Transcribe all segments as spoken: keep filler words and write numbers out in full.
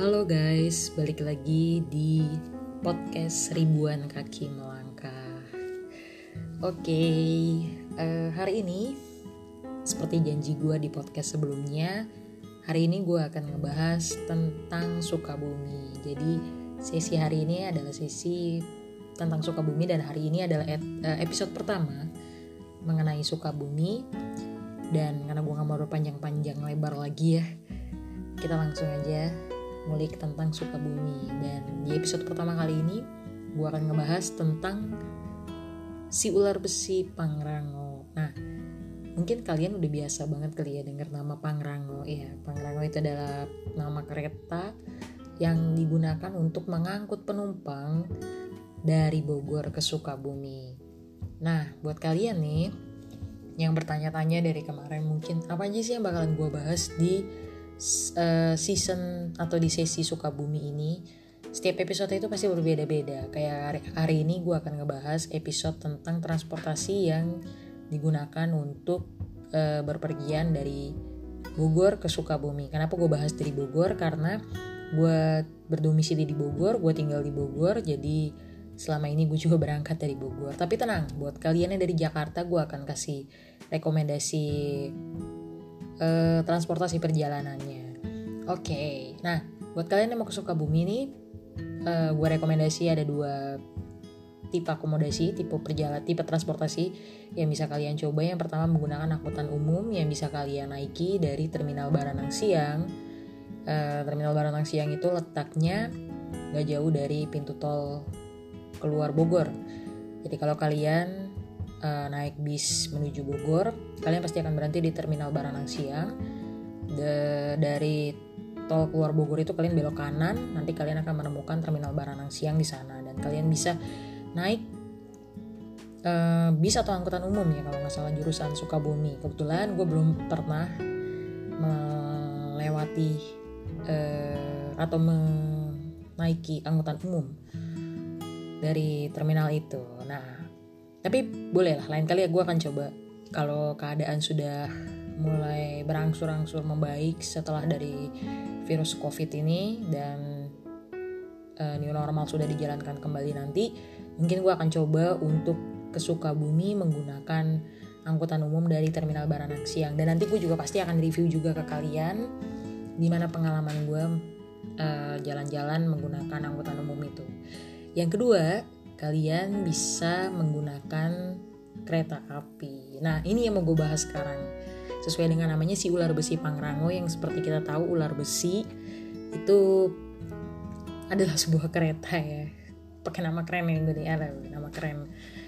Halo guys, balik lagi di podcast Ribuan Kaki Melangkah. Oke, uh, hari ini seperti janji gue di podcast sebelumnya, hari ini gue akan ngebahas tentang Sukabumi. Jadi sesi hari ini adalah sesi tentang Sukabumi dan hari ini adalah episode pertama mengenai Sukabumi. Dan karena gue gak mau berpanjang-panjang lebar lagi ya, kita langsung aja ngulik tentang Sukabumi. Dan di episode pertama kali ini gue akan ngebahas tentang si ular besi Pangrango. Nah, mungkin kalian udah biasa banget kali ya dengar nama Pangrango. Ya, Pangrango itu adalah nama kereta yang digunakan untuk mengangkut penumpang dari Bogor ke Sukabumi. Nah, buat kalian nih yang bertanya-tanya dari kemarin, mungkin apa aja sih yang bakalan gue bahas di Uh, season atau di sesi Sukabumi ini. Setiap episode itu pasti berbeda-beda. Kayak hari, hari ini gue akan ngebahas episode tentang transportasi yang digunakan untuk uh, berpergian dari Bogor ke Sukabumi. Kenapa gue bahas dari Bogor? Karena gue berdomisili di Bogor, gue tinggal di Bogor, jadi selama ini gue juga berangkat dari Bogor. Tapi tenang, buat kalian yang dari Jakarta, gue akan kasih rekomendasi Uh, transportasi perjalanannya. Oke, okay. Nah buat kalian yang mau ke Sukabumi ini, uh, gue rekomendasi ada dua tipe akomodasi, tipe perjalanan, tipe transportasi yang bisa kalian coba. Yang pertama menggunakan angkutan umum yang bisa kalian naiki dari Terminal Baranang Siang. Uh, Terminal Baranang Siang itu letaknya gak jauh dari pintu tol keluar Bogor. Jadi kalau kalian Uh, naik bis menuju Bogor, kalian pasti akan berhenti di Terminal Baranang Siang. De- dari tol keluar Bogor itu kalian belok kanan, nanti kalian akan menemukan Terminal Baranang Siang di sana, dan kalian bisa naik uh, bis atau angkutan umum ya kalau nggak salah jurusan Sukabumi. Kebetulan gue belum pernah melewati uh, atau menaiki angkutan umum dari terminal itu. Nah, tapi boleh lah, lain kali ya gue akan coba kalau keadaan sudah mulai berangsur-angsur membaik setelah dari virus covid ini dan uh, new normal sudah dijalankan kembali nanti. Mungkin gue akan coba untuk ke Sukabumi menggunakan angkutan umum dari Terminal Baranang Siang. Dan nanti gue juga pasti akan review juga ke kalian gimana pengalaman gue uh, jalan-jalan menggunakan angkutan umum itu. Yang kedua, kalian bisa menggunakan kereta api. Nah, ini yang mau gue bahas sekarang. Sesuai dengan namanya, si ular besi Pangrango, yang seperti kita tahu ular besi itu adalah sebuah kereta ya. Pakai nama keren ya gue nih, ada nama keren.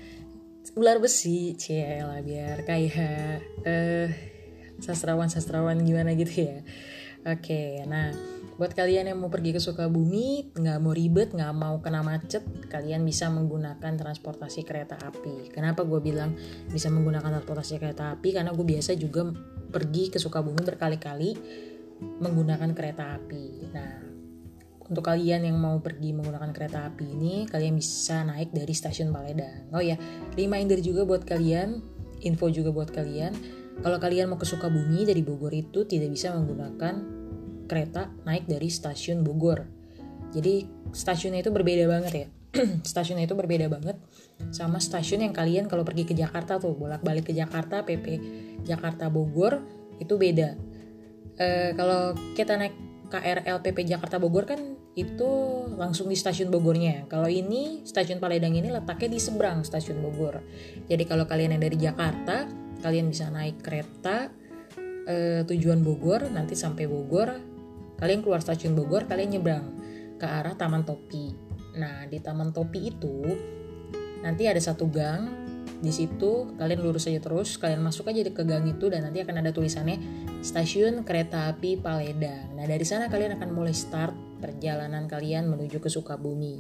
Ular besi, cielah biar kayak uh, sastrawan-sastrawan gimana gitu ya. Oke, nah buat kalian yang mau pergi ke Sukabumi, gak mau ribet, gak mau kena macet, kalian bisa menggunakan transportasi kereta api. Kenapa gue bilang bisa menggunakan transportasi kereta api? Karena gue biasa juga pergi ke Sukabumi berkali-kali menggunakan kereta api. Nah, untuk kalian yang mau pergi menggunakan kereta api ini, kalian bisa naik dari stasiun Paledang. Oh ya, reminder juga buat kalian, info juga buat kalian, kalau kalian mau ke Sukabumi dari Bogor itu tidak bisa menggunakan kereta naik dari stasiun Bogor. Jadi stasiunnya itu berbeda banget ya. Stasiunnya itu berbeda banget sama stasiun yang kalian kalau pergi ke Jakarta tuh, bolak-balik ke Jakarta, P P Jakarta Bogor itu beda. E, kalau kita naik K R L P P Jakarta Bogor kan itu langsung di stasiun Bogornya. Kalau ini stasiun Paledang ini letaknya di seberang stasiun Bogor. Jadi kalau kalian yang dari Jakarta, kalian bisa naik kereta e, tujuan Bogor, nanti sampai Bogor kalian keluar stasiun Bogor, kalian nyebrang ke arah Taman Topi. Nah, di Taman Topi itu nanti ada satu gang. Di situ kalian lurus aja terus, kalian masuk aja ke gang itu dan nanti akan ada tulisannya Stasiun Kereta Api Paledang. Nah, dari sana kalian akan mulai start perjalanan kalian menuju ke Sukabumi.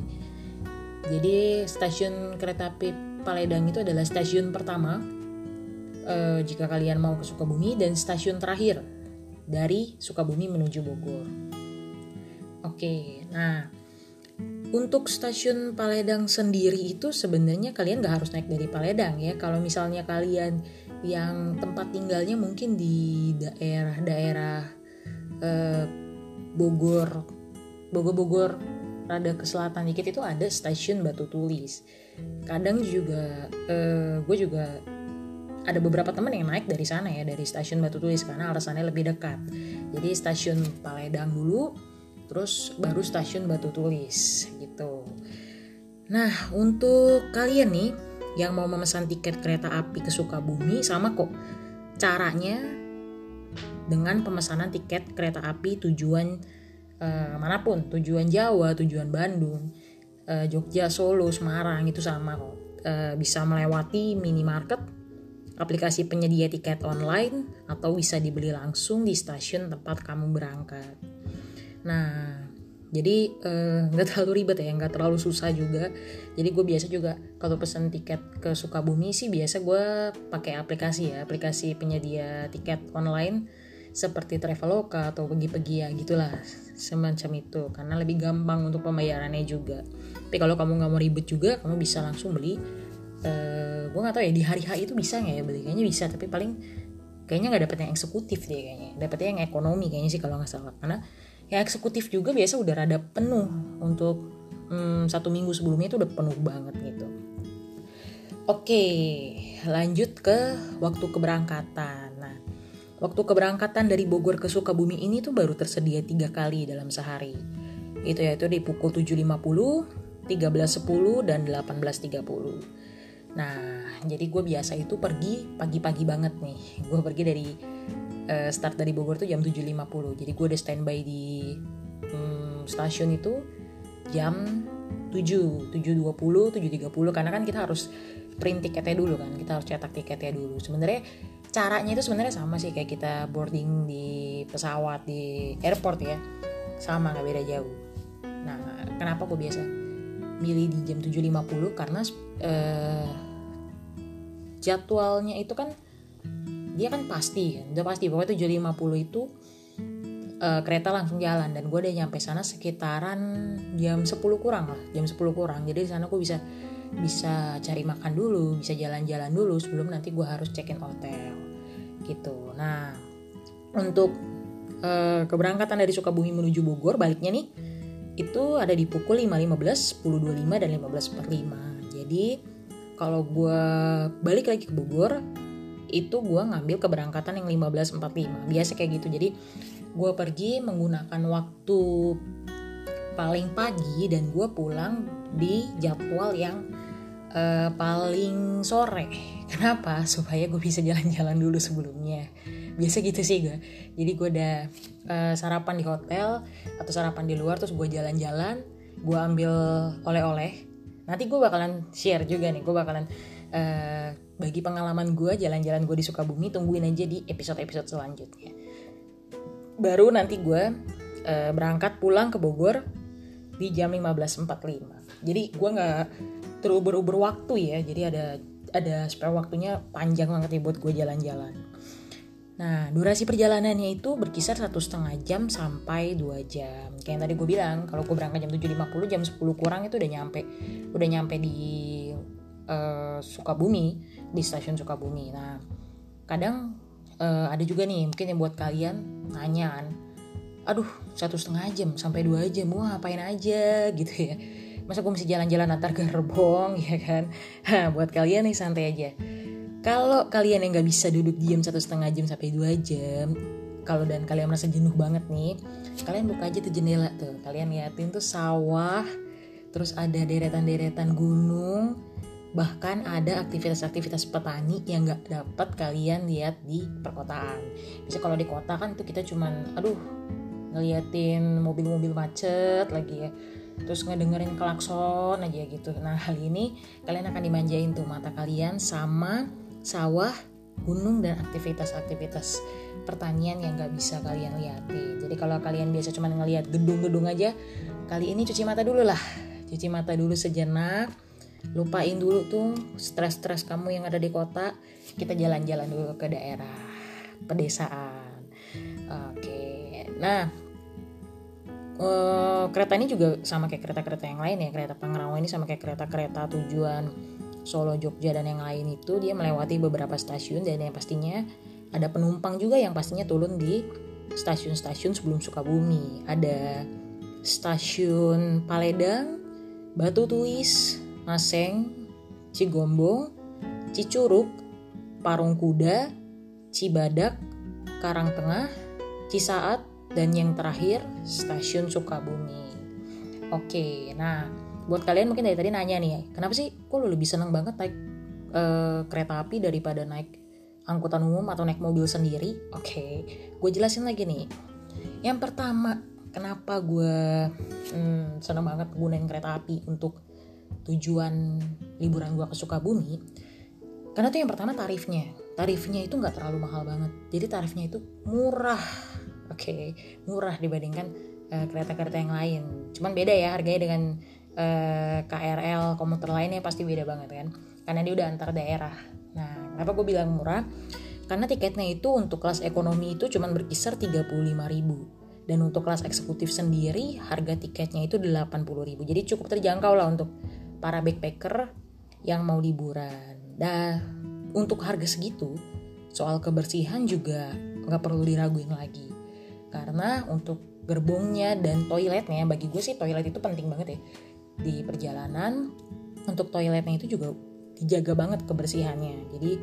Jadi, stasiun Kereta Api Paledang itu adalah stasiun pertama eh, jika kalian mau ke Sukabumi dan stasiun terakhir dari Sukabumi menuju Bogor. Oke, nah untuk stasiun Paledang sendiri itu sebenarnya kalian gak harus naik dari Paledang ya. Kalau misalnya kalian yang tempat tinggalnya mungkin di daerah-daerah eh, Bogor Bogor-Bogor rada ke selatan dikit itu ada stasiun Batu Tulis. Kadang juga uh, gue juga ada beberapa teman yang naik dari sana ya, dari stasiun Batu Tulis karena alasannya lebih dekat. Jadi stasiun Paledang dulu, terus baru stasiun Batu Tulis gitu. Nah, untuk kalian nih yang mau memesan tiket kereta api ke Sukabumi, sama kok caranya dengan pemesanan tiket kereta api tujuan eh, manapun, tujuan Jawa, tujuan Bandung, eh, Jogja, Solo, Semarang, itu sama kok. Eh, bisa melewati minimarket, aplikasi penyedia tiket online, atau bisa dibeli langsung di stasiun tempat kamu berangkat. Nah, jadi nggak uh, terlalu ribet ya, nggak terlalu susah juga. Jadi gue biasa juga kalau pesen tiket ke Sukabumi sih biasa gue pakai aplikasi ya, aplikasi penyedia tiket online seperti Traveloka atau Pergi-Pergi ya gitulah, semacam itu. Karena lebih gampang untuk pembayarannya juga. Tapi kalau kamu nggak mau ribet juga, kamu bisa langsung beli. Uh, gue nggak tahu ya di hari H itu bisa nggak ya beli, kayaknya bisa, tapi paling kayaknya nggak dapet yang eksekutif deh kayaknya, dapetnya yang ekonomi kayaknya sih kalau nggak salah, karena ya eksekutif juga biasa udah rada penuh untuk hmm, satu minggu sebelumnya itu udah penuh banget gitu. Oke, lanjut ke waktu keberangkatan. Nah, waktu keberangkatan dari Bogor ke Sukabumi ini tuh baru tersedia tiga kali dalam sehari. Itu yaitu di pukul tujuh lima puluh, tiga belas sepuluh, dan delapan belas tiga puluh. Nah, jadi gue biasa itu pergi pagi-pagi banget nih. Gue pergi dari uh, start dari Bogor tuh jam tujuh lima puluh. Jadi gue udah standby di um, stasiun itu jam tujuh, tujuh dua puluh, tujuh tiga puluh. Karena kan kita harus print tiketnya dulu kan. Kita harus cetak tiketnya dulu. Sebenarnya caranya itu sebenarnya sama sih kayak kita boarding di pesawat, di airport ya. Sama, gak beda jauh. Nah, kenapa gue biasa milih di jam tujuh lima puluh? Karena uh, jadwalnya itu kan dia kan pasti kan, udah pasti pokoknya tujuh lima puluh itu uh, kereta langsung jalan, dan gue udah nyampe sana sekitaran jam sepuluh kurang lah, jam sepuluh kurang. Jadi di sana gue bisa bisa cari makan dulu, bisa jalan-jalan dulu sebelum nanti gue harus check in hotel gitu. Nah, untuk uh, keberangkatan dari Sukabumi menuju Bogor baliknya nih itu ada di pukul lima lima belas, sepuluh dua puluh lima, dan lima belas empat puluh lima. Jadi kalau gue balik lagi ke Bogor, itu gue ngambil keberangkatan yang lima belas empat puluh lima. Biasa kayak gitu. Jadi gue pergi menggunakan waktu paling pagi dan gue pulang di jadwal yang uh, paling sore. Kenapa? Supaya gue bisa jalan-jalan dulu sebelumnya. Biasa gitu sih gue. Jadi gue udah uh, sarapan di hotel atau sarapan di luar, terus gue jalan-jalan, gue ambil oleh-oleh. Nanti gue bakalan share juga nih, gue bakalan uh, bagi pengalaman gue jalan-jalan gue di Sukabumi. Tungguin aja di episode-episode selanjutnya. Baru nanti gue uh, berangkat pulang ke Bogor di jam lima belas empat puluh lima. Jadi gue gak teruber-uber waktu ya, jadi ada ada spare waktunya panjang banget nih buat gue jalan-jalan. Nah, durasi perjalanannya itu berkisar satu setengah jam sampai dua jam. Kayak yang tadi gue bilang, kalau gue berangkat jam tujuh lima puluh, jam sepuluh kurang itu udah nyampe, udah nyampe di uh, Sukabumi, di stasiun Sukabumi. Nah, kadang uh, ada juga nih, mungkin yang buat kalian nanyaan, aduh satu setengah jam sampai dua jam, wah ngapain aja gitu ya. Masa gue mesti jalan-jalan antar gerbong ya kan? Nah, buat kalian nih santai aja. Kalau kalian yang nggak bisa duduk diam satu setengah jam sampai dua jam, kalau dan kalian merasa jenuh banget nih, kalian buka aja tuh jendela tuh, kalian liatin tuh sawah, terus ada deretan-deretan gunung, bahkan ada aktivitas-aktivitas petani yang nggak dapat kalian lihat di perkotaan. Bisa kalau di kota kan tuh kita cuman, aduh, ngeliatin mobil-mobil macet lagi ya, terus ngedengerin klakson aja gitu. Nah, hal ini kalian akan dimanjain tuh mata kalian sama sawah, gunung, dan aktivitas-aktivitas pertanian yang gak bisa kalian liatin. Jadi kalau kalian biasa cuma ngeliat gedung-gedung aja, kali ini cuci mata dulu lah. Cuci mata dulu sejenak, lupain dulu tuh stres-stres kamu yang ada di kota. Kita jalan-jalan dulu ke daerah pedesaan. Oke, nah uh, kereta ini juga sama kayak kereta-kereta yang lain ya. Kereta Pangrango ini sama kayak kereta-kereta tujuan Solo, Jogja, dan yang lain itu dia melewati beberapa stasiun, dan yang pastinya ada penumpang juga yang pastinya turun di stasiun-stasiun sebelum Sukabumi. Ada stasiun Paledang, Batu Tuis, Maseng, Cigombong, Cicurug, Parung Kuda, Cibadak, Karangtengah, Cisaat, dan yang terakhir stasiun Sukabumi. Oke, nah buat kalian mungkin dari tadi nanya nih, kenapa sih kok lu lebih seneng banget naik uh, kereta api daripada naik angkutan umum atau naik mobil sendiri? Oke, gue jelasin lagi nih. Yang pertama, kenapa gue hmm, seneng banget gunain kereta api untuk tujuan liburan gue ke Sukabumi? Karena tuh yang pertama tarifnya, tarifnya itu nggak terlalu mahal banget. Jadi tarifnya itu murah, oke, murah dibandingkan uh, kereta-kereta yang lain. Cuman beda ya harganya dengan Uh, K R L komuter lainnya pasti beda banget kan, karena dia udah antar daerah. Nah, kenapa gue bilang murah? Karena tiketnya itu untuk kelas ekonomi itu cuma berkisar tiga puluh lima ribu, dan untuk kelas eksekutif sendiri harga tiketnya itu delapan puluh ribu. Jadi cukup terjangkau lah untuk para backpacker yang mau liburan. Nah, untuk harga segitu, soal kebersihan juga nggak perlu diraguin lagi, karena untuk gerbongnya dan toiletnya, bagi gue sih toilet itu penting banget ya di perjalanan. Untuk toiletnya itu juga dijaga banget kebersihannya, jadi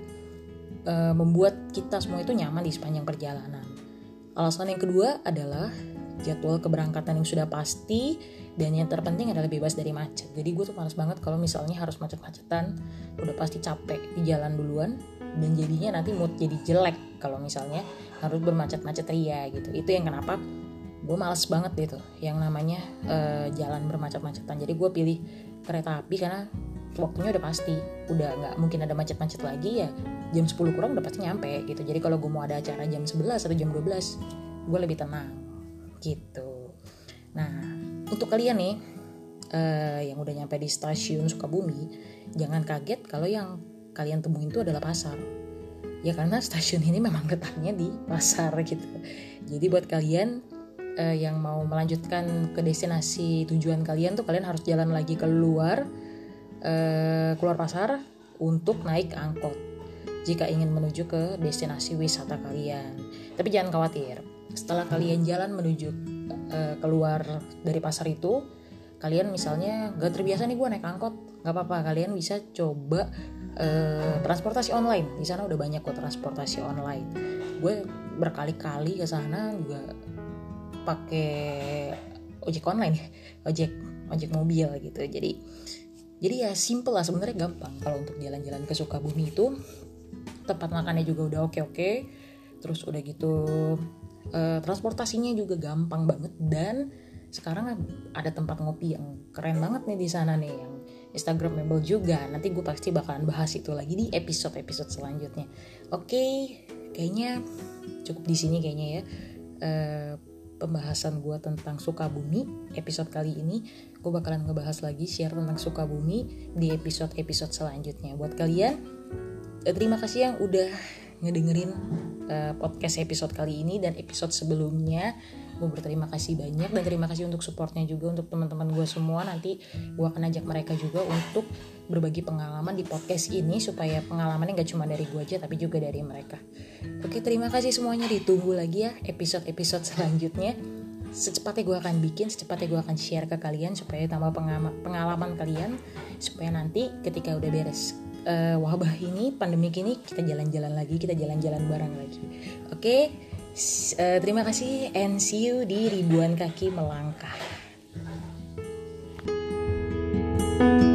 e, membuat kita semua itu nyaman di sepanjang perjalanan. Alasan yang kedua adalah jadwal keberangkatan yang sudah pasti, dan yang terpenting adalah bebas dari macet. Jadi gue tuh males banget kalau misalnya harus macet-macetan, udah pasti capek di jalan duluan, dan jadinya nanti mood jadi jelek kalau misalnya harus bermacet-macet ria gitu. Itu yang kenapa gue males banget gitu yang namanya uh, jalan bermacet-macetan. Jadi gue pilih kereta api karena waktunya udah pasti, udah nggak mungkin ada macet-macet lagi ya. Jam sepuluh kurang udah pasti nyampe gitu. Jadi kalau gue mau ada acara jam sebelas atau jam dua belas, gue lebih tenang gitu. Nah, untuk kalian nih uh, yang udah nyampe di stasiun Sukabumi, jangan kaget kalau yang kalian temuin itu adalah pasar. Ya karena stasiun ini memang letaknya di pasar gitu. Jadi buat kalian Uh, yang mau melanjutkan ke destinasi tujuan kalian tuh, kalian harus jalan lagi keluar uh, keluar pasar untuk naik angkot jika ingin menuju ke destinasi wisata kalian. Tapi jangan khawatir, setelah kalian jalan menuju uh, keluar dari pasar itu, kalian misalnya gak terbiasa nih gue naik angkot, gak apa-apa, kalian bisa coba uh, transportasi online. Di sana udah banyak kok transportasi online. Gue berkali-kali ke sana juga pakai ojek online, ojek ojek mobil gitu. Jadi jadi ya simple lah sebenarnya, gampang. Kalau untuk jalan-jalan ke Sukabumi itu tempat makannya juga udah oke-oke, terus udah gitu eh, transportasinya juga gampang banget, dan sekarang ada tempat ngopi yang keren banget nih di sana nih, yang Instagramable juga. Nanti gue pasti bakalan bahas itu lagi di episode-episode selanjutnya. Oke, kayaknya cukup di sini kayaknya ya. Uh, pembahasan gue tentang Sukabumi episode kali ini. Gue bakalan ngebahas lagi, share tentang Sukabumi di episode-episode selanjutnya. Buat kalian, eh, terima kasih yang udah ngedengerin uh, podcast episode kali ini dan episode sebelumnya. Gue berterima kasih banyak, dan terima kasih untuk supportnya juga untuk teman-teman gue semua. Nanti gue akan ajak mereka juga untuk berbagi pengalaman di podcast ini, supaya pengalamannya gak cuma dari gue aja tapi juga dari mereka. Oke, terima kasih semuanya. Ditunggu lagi ya episode-episode selanjutnya. Secepatnya gue akan bikin, secepatnya gue akan share ke kalian supaya tambah pengalaman, pengalaman kalian, supaya nanti ketika udah beres uh, wabah ini, pandemik ini, kita jalan-jalan lagi, kita jalan-jalan bareng lagi. Oke, uh, terima kasih, and see you di Ribuan Kaki Melangkah.